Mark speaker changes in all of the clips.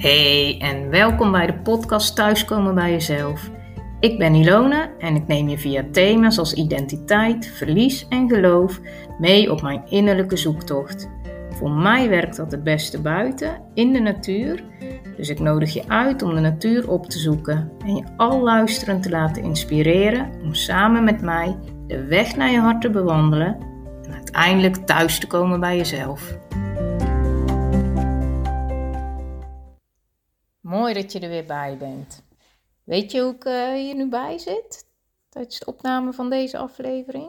Speaker 1: Hey en welkom bij de podcast Thuiskomen bij Jezelf. Ik ben Ilona en ik neem je via thema's als identiteit, verlies en geloof mee op mijn innerlijke zoektocht. Voor mij werkt dat het beste buiten, in de natuur. Dus ik nodig je uit om de natuur op te zoeken en je al luisterend te laten inspireren om samen met mij de weg naar je hart te bewandelen en uiteindelijk thuis te komen bij jezelf. Mooi dat je er weer bij bent. Weet je hoe ik hier nu bij zit tijdens de opname van deze aflevering?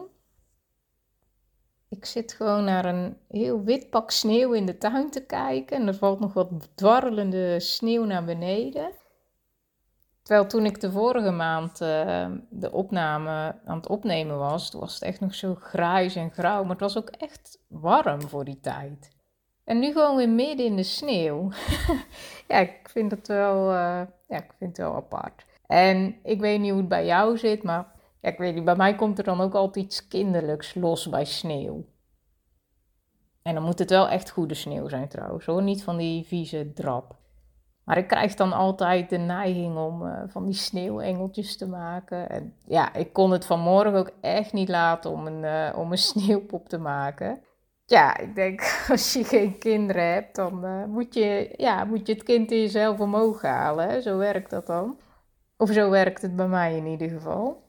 Speaker 1: Ik zit gewoon naar een heel wit pak sneeuw in de tuin te kijken en er valt nog wat dwarrelende sneeuw naar beneden. Terwijl toen ik de vorige maand de opname aan het opnemen was, toen was het echt nog zo grijs en grauw, maar het was ook echt warm voor die tijd. En nu gewoon weer midden in de sneeuw. Ja, ik vind het wel apart. En ik weet niet hoe het bij jou zit, maar ja, ik weet niet, bij mij komt er dan ook altijd iets kinderlijks los bij sneeuw. En dan moet het wel echt goede sneeuw zijn trouwens, hoor. Niet van die vieze drap. Maar ik krijg dan altijd de neiging om van die sneeuwengeltjes te maken. En ja, ik kon het vanmorgen ook echt niet laten om een sneeuwpop te maken. Ja, ik denk als je geen kinderen hebt, dan moet je het kind in jezelf omhoog halen. Hè? Zo werkt dat dan. Of zo werkt het bij mij in ieder geval.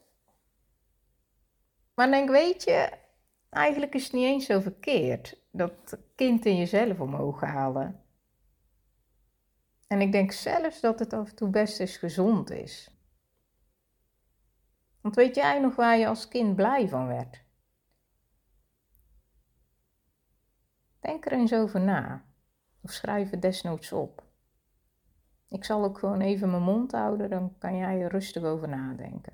Speaker 1: Maar denk, weet je, eigenlijk is het niet eens zo verkeerd. Dat kind in jezelf omhoog halen. En ik denk zelfs dat het af en toe best eens gezond is. Want weet jij nog waar je als kind blij van werd? Denk er eens over na. Of schrijf het desnoods op. Ik zal ook gewoon even mijn mond houden, dan kan jij er rustig over nadenken.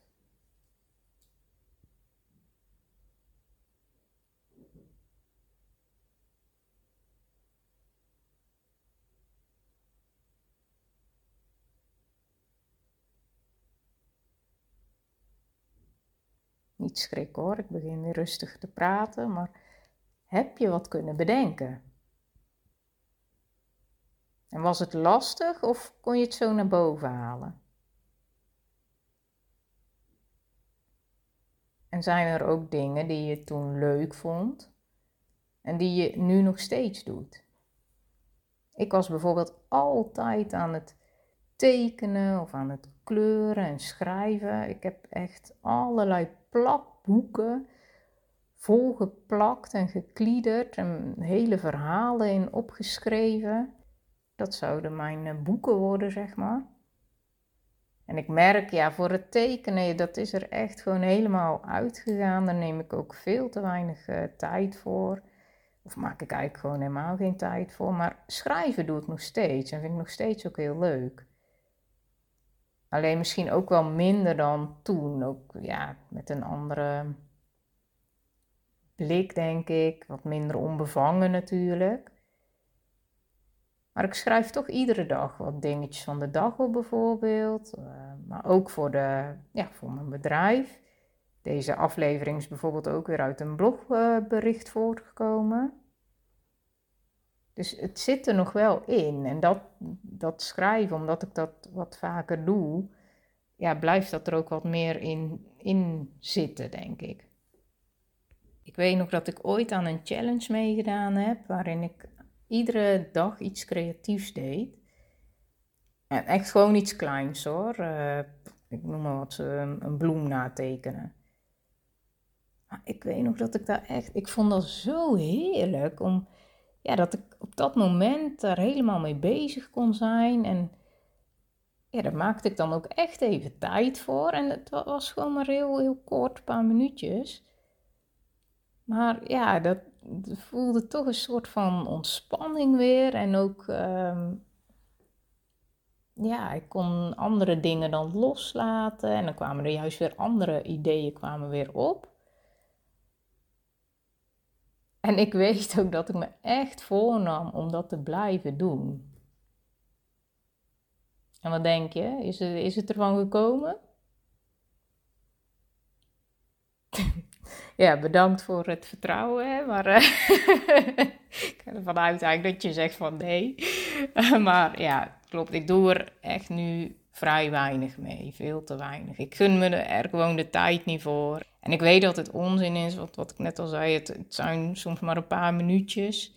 Speaker 1: Niet schrikken hoor, ik begin weer rustig te praten, maar heb je wat kunnen bedenken? En was het lastig of kon je het zo naar boven halen? En zijn er ook dingen die je toen leuk vond en die je nu nog steeds doet? Ik was bijvoorbeeld altijd aan het tekenen of aan het kleuren en schrijven. Ik heb echt allerlei plakboeken volgeplakt en gekliederd en hele verhalen in opgeschreven. Dat zouden mijn boeken worden, zeg maar. En ik merk, ja, voor het tekenen, dat is er echt gewoon helemaal uitgegaan. Daar neem ik ook veel te weinig tijd voor. Of maak ik eigenlijk gewoon helemaal geen tijd voor. Maar schrijven doe ik nog steeds en vind ik nog steeds ook heel leuk. Alleen misschien ook wel minder dan toen. Ook ja, met een andere blik, denk ik. Wat minder onbevangen natuurlijk. Maar ik schrijf toch iedere dag wat dingetjes van de dag op bijvoorbeeld. Maar ook voor mijn bedrijf. Deze aflevering is bijvoorbeeld ook weer uit een blogbericht voortgekomen. Dus het zit er nog wel in. En dat schrijven, omdat ik dat wat vaker doe, ja, blijft dat er ook wat meer in zitten, denk ik. Ik weet nog dat ik ooit aan een challenge meegedaan heb, waarin ik iedere dag iets creatiefs deed. En echt gewoon iets kleins hoor. Ik noem maar wat, een bloem natekenen. Maar ik weet nog dat ik vond dat zo heerlijk dat ik op dat moment daar helemaal mee bezig kon zijn. En ja, daar maakte ik dan ook echt even tijd voor. En het was gewoon maar heel, heel kort, een paar minuutjes. Maar ja, dat voelde toch een soort van ontspanning weer. En ook, ik kon andere dingen dan loslaten. En dan kwamen er juist weer andere ideeën weer op. En ik weet ook dat ik me echt voornam om dat te blijven doen. En wat denk je? Is het ervan gekomen? Ja, bedankt voor het vertrouwen, hè? Maar ik ga er ervan uit eigenlijk dat je zegt van nee. Maar ja, klopt. Ik doe er echt nu vrij weinig mee. Veel te weinig. Ik gun me er gewoon de tijd niet voor. En ik weet dat het onzin is, wat ik net al zei. Het zijn soms maar een paar minuutjes.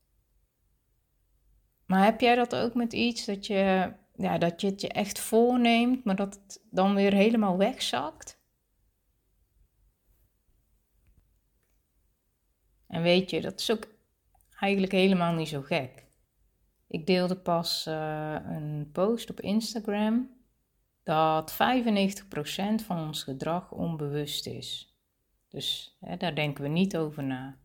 Speaker 1: Maar heb jij dat ook met iets dat je het je echt voorneemt, maar dat het dan weer helemaal wegzakt? En weet je, dat is ook eigenlijk helemaal niet zo gek. Ik deelde pas een post op Instagram dat 95% van ons gedrag onbewust is. Dus daar denken we niet over na.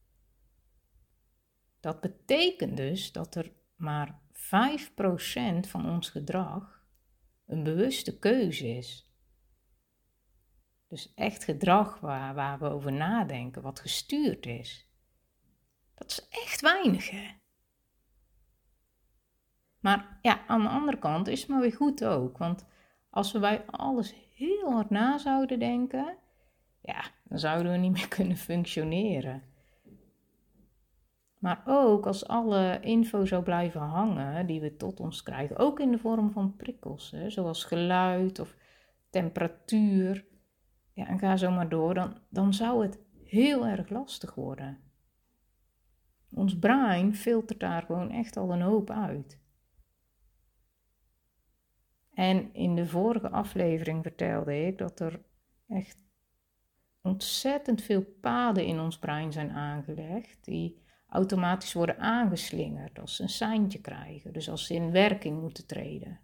Speaker 1: Dat betekent dus dat er maar 5% van ons gedrag een bewuste keuze is. Dus echt gedrag waar we over nadenken, wat gestuurd is. Dat is echt weinig, hè? Maar ja, aan de andere kant is het maar weer goed ook. Want als we bij alles heel hard na zouden denken, ja, dan zouden we niet meer kunnen functioneren. Maar ook als alle info zou blijven hangen die we tot ons krijgen, ook in de vorm van prikkels, hè, zoals geluid of temperatuur, ja, en ga zo maar door, dan zou het heel erg lastig worden. Ons brein filtert daar gewoon echt al een hoop uit. En in de vorige aflevering vertelde ik dat er echt ontzettend veel paden in ons brein zijn aangelegd die automatisch worden aangeslingerd als ze een seintje krijgen, dus als ze in werking moeten treden.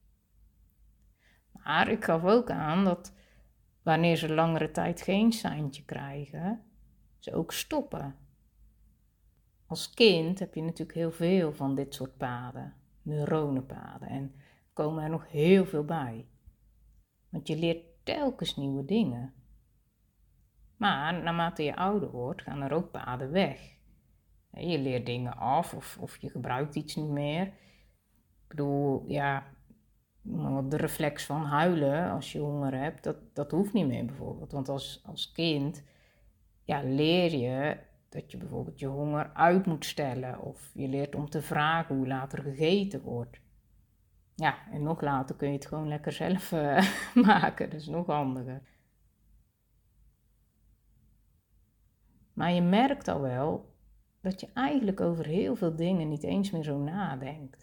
Speaker 1: Maar ik gaf ook aan dat wanneer ze langere tijd geen seintje krijgen, ze ook stoppen. Als kind heb je natuurlijk heel veel van dit soort paden, neuronenpaden, en komen er nog heel veel bij. Want je leert telkens nieuwe dingen. Maar naarmate je ouder wordt, gaan er ook paden weg. Je leert dingen af of je gebruikt iets niet meer. Ik bedoel, ja, de reflex van huilen als je honger hebt, dat hoeft niet meer bijvoorbeeld. Want als kind leer je dat je bijvoorbeeld je honger uit moet stellen. Of je leert om te vragen hoe later gegeten wordt. Ja, en nog later kun je het gewoon lekker zelf maken. Dat is nog handiger. Maar je merkt al wel dat je eigenlijk over heel veel dingen niet eens meer zo nadenkt.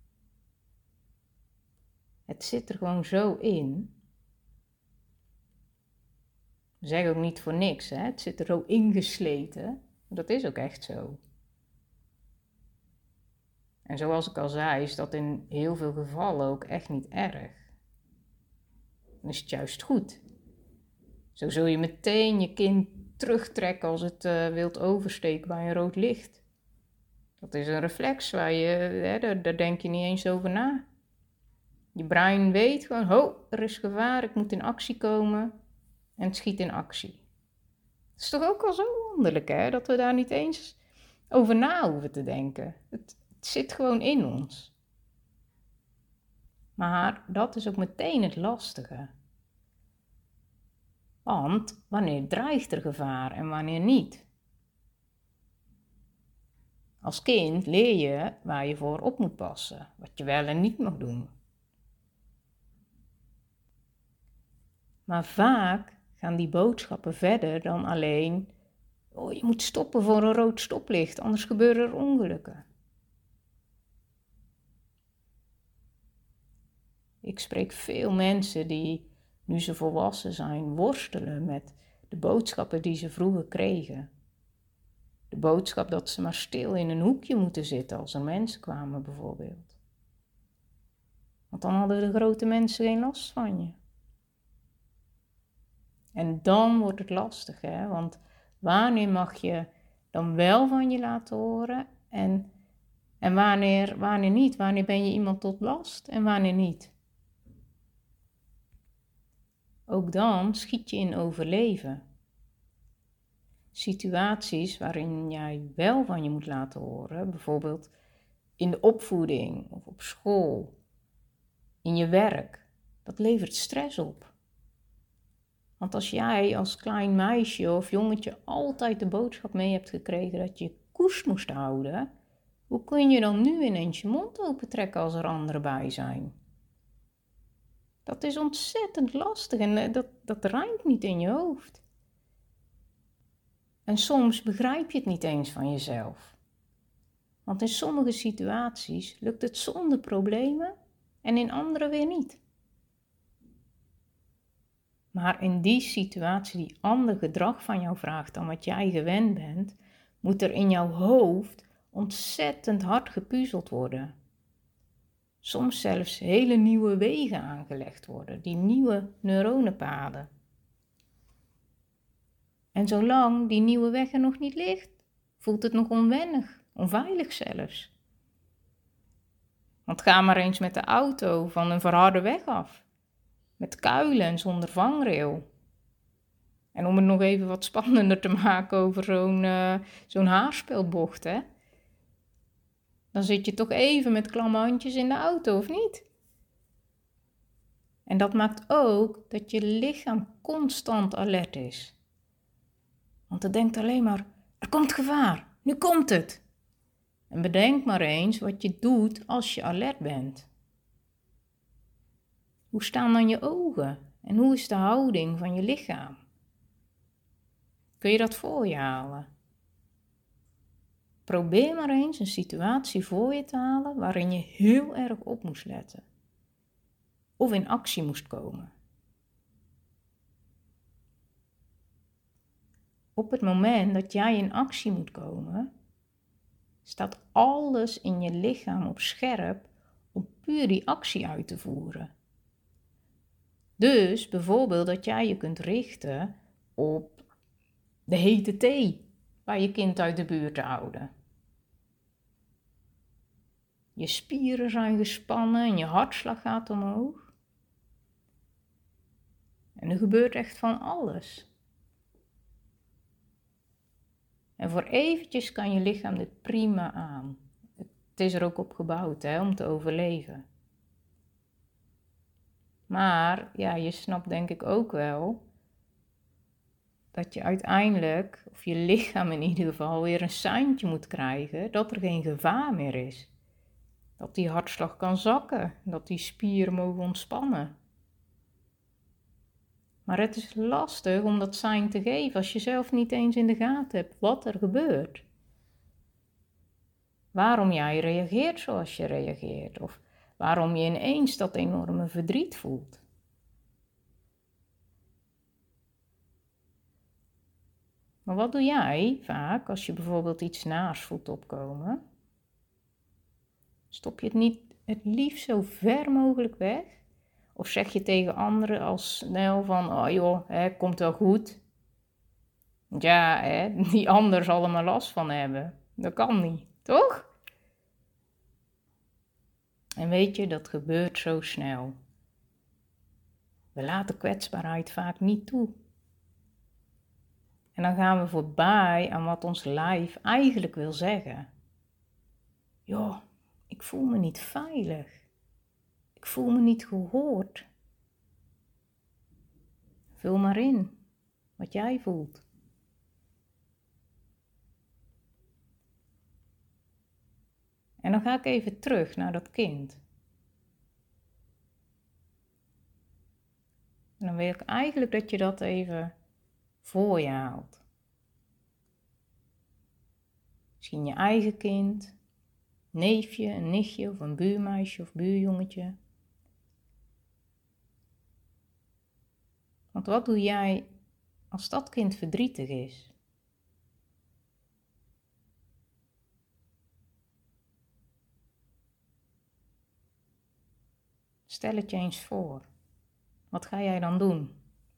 Speaker 1: Het zit er gewoon zo in. We zeggen ook niet voor niks, hè? Het zit er zo ingesleten. Dat is ook echt zo. En zoals ik al zei, is dat in heel veel gevallen ook echt niet erg. Dan is het juist goed. Zo zul je meteen je kind terugtrekken als het wilt oversteken bij een rood licht. Dat is een reflex daar denk je niet eens over na. Je brein weet gewoon, er is gevaar, ik moet in actie komen. En het schiet in actie. Het is toch ook al zo wonderlijk, hè, dat we daar niet eens over na hoeven te denken. Het zit gewoon in ons. Maar dat is ook meteen het lastige. Want wanneer dreigt er gevaar en wanneer niet? Als kind leer je waar je voor op moet passen, wat je wel en niet mag doen. Maar vaak gaan die boodschappen verder dan alleen, je moet stoppen voor een rood stoplicht, anders gebeuren er ongelukken. Ik spreek veel mensen die, nu ze volwassen zijn, worstelen met de boodschappen die ze vroeger kregen. De boodschap dat ze maar stil in een hoekje moeten zitten als er mensen kwamen bijvoorbeeld. Want dan hadden de grote mensen geen last van je. En dan wordt het lastig, hè? Want wanneer mag je dan wel van je laten horen en wanneer niet? Wanneer ben je iemand tot last en wanneer niet? Ook dan schiet je in overleven. Situaties waarin jij wel van je moet laten horen, bijvoorbeeld in de opvoeding of op school, in je werk, dat levert stress op. Want als jij als klein meisje of jongetje altijd de boodschap mee hebt gekregen dat je koest moest houden, hoe kun je dan nu ineens je mond opentrekken als er anderen bij zijn? Dat is ontzettend lastig en dat rijmt niet in je hoofd. En soms begrijp je het niet eens van jezelf. Want in sommige situaties lukt het zonder problemen en in andere weer niet. Maar in die situatie die ander gedrag van jou vraagt dan wat jij gewend bent, moet er in jouw hoofd ontzettend hard gepuzzeld worden. Soms zelfs hele nieuwe wegen aangelegd worden, die nieuwe neuronenpaden. En zolang die nieuwe weg er nog niet ligt, voelt het nog onwennig, onveilig zelfs. Want ga maar eens met de auto van een verharde weg af. Met kuilen en zonder vangrail. En om het nog even wat spannender te maken over zo'n haarspeldbocht, hè. Dan zit je toch even met klamme handjes in de auto, of niet? En dat maakt ook dat je lichaam constant alert is. Want het denkt alleen maar, er komt gevaar, nu komt het. En bedenk maar eens wat je doet als je alert bent. Hoe staan dan je ogen en hoe is de houding van je lichaam? Kun je dat voor je halen? Probeer maar eens een situatie voor je te halen waarin je heel erg op moest letten. Of in actie moest komen. Op het moment dat jij in actie moet komen, staat alles in je lichaam op scherp om puur die actie uit te voeren. Dus bijvoorbeeld dat jij je kunt richten op de hete thee bij je kind uit de buurt te houden. Je spieren zijn gespannen en je hartslag gaat omhoog. En er gebeurt echt van alles. En voor eventjes kan je lichaam dit prima aan. Het is er ook op gebouwd, om te overleven. Maar ja, je snapt denk ik ook wel dat je uiteindelijk, of je lichaam in ieder geval, weer een seintje moet krijgen dat er geen gevaar meer is. Dat die hartslag kan zakken, dat die spieren mogen ontspannen. Maar het is lastig om dat sein te geven als je zelf niet eens in de gaten hebt wat er gebeurt. Waarom jij reageert zoals je reageert, of waarom je ineens dat enorme verdriet voelt. Maar wat doe jij vaak als je bijvoorbeeld iets naars voelt opkomen? Stop je het niet het liefst zo ver mogelijk weg? Of zeg je tegen anderen al snel van, oh joh, komt wel goed. Ja, die ander zal er maar last van hebben. Dat kan niet, toch? En weet je, dat gebeurt zo snel. We laten kwetsbaarheid vaak niet toe. En dan gaan we voorbij aan wat ons lijf eigenlijk wil zeggen. Joh, ik voel me niet veilig. Ik voel me niet gehoord. Vul maar in wat jij voelt. En dan ga ik even terug naar dat kind. En dan wil ik eigenlijk dat je dat even voor je haalt. Misschien je eigen kind, neefje, een nichtje of een buurmeisje of buurjongetje. Want wat doe jij als dat kind verdrietig is? Stel het je eens voor. Wat ga jij dan doen?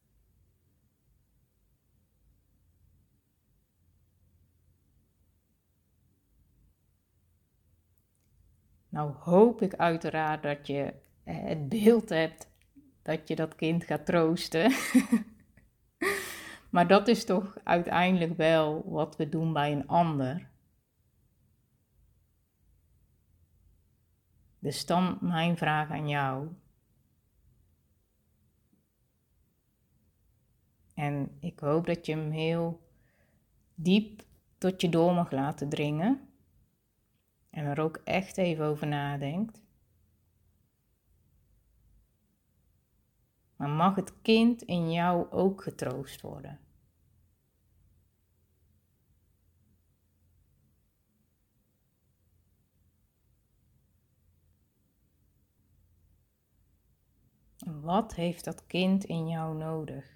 Speaker 1: Nou hoop ik uiteraard dat je het beeld hebt dat je dat kind gaat troosten. Maar dat is toch uiteindelijk wel wat we doen bij een ander. Dus dan mijn vraag aan jou. En ik hoop dat je hem heel diep tot je door mag laten dringen en er ook echt even over nadenkt. Maar mag het kind in jou ook getroost worden? En wat heeft dat kind in jou nodig?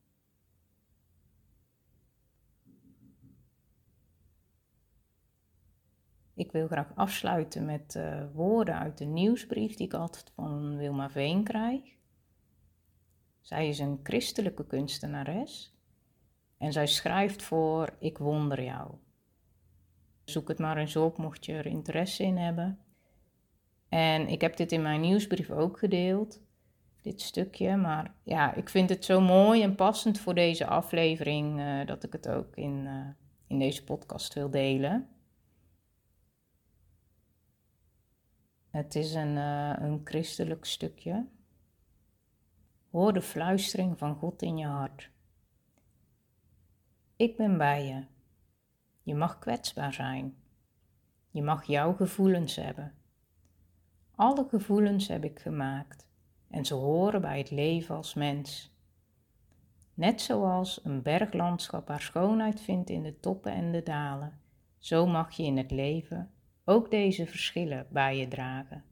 Speaker 1: Ik wil graag afsluiten met woorden uit de nieuwsbrief die ik altijd van Wilma Veen krijg. Zij is een christelijke kunstenares en zij schrijft voor Ik wonder jou. Zoek het maar eens op mocht je er interesse in hebben. En ik heb dit in mijn nieuwsbrief ook gedeeld, dit stukje. Maar ja, ik vind het zo mooi en passend voor deze aflevering dat ik het ook in deze podcast wil delen. Het is een christelijk stukje. Hoor de fluistering van God in je hart. Ik ben bij je. Je mag kwetsbaar zijn. Je mag jouw gevoelens hebben. Alle gevoelens heb ik gemaakt en ze horen bij het leven als mens. Net zoals een berglandschap haar schoonheid vindt in de toppen en de dalen, zo mag je in het leven ook deze verschillen bij je dragen.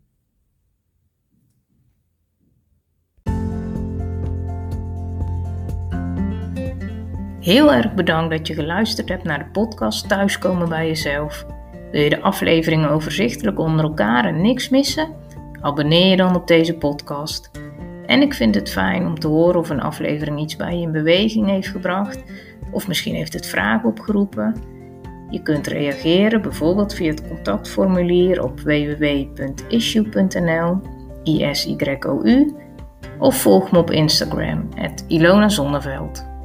Speaker 1: Heel erg bedankt dat je geluisterd hebt naar de podcast Thuiskomen bij jezelf. Wil je de afleveringen overzichtelijk onder elkaar en niks missen? Abonneer je dan op deze podcast. En ik vind het fijn om te horen of een aflevering iets bij je in beweging heeft gebracht, of misschien heeft het vragen opgeroepen. Je kunt reageren bijvoorbeeld via het contactformulier op www.issuu.nl, ISYOU, of volg me op Instagram @IlonaZonneveld.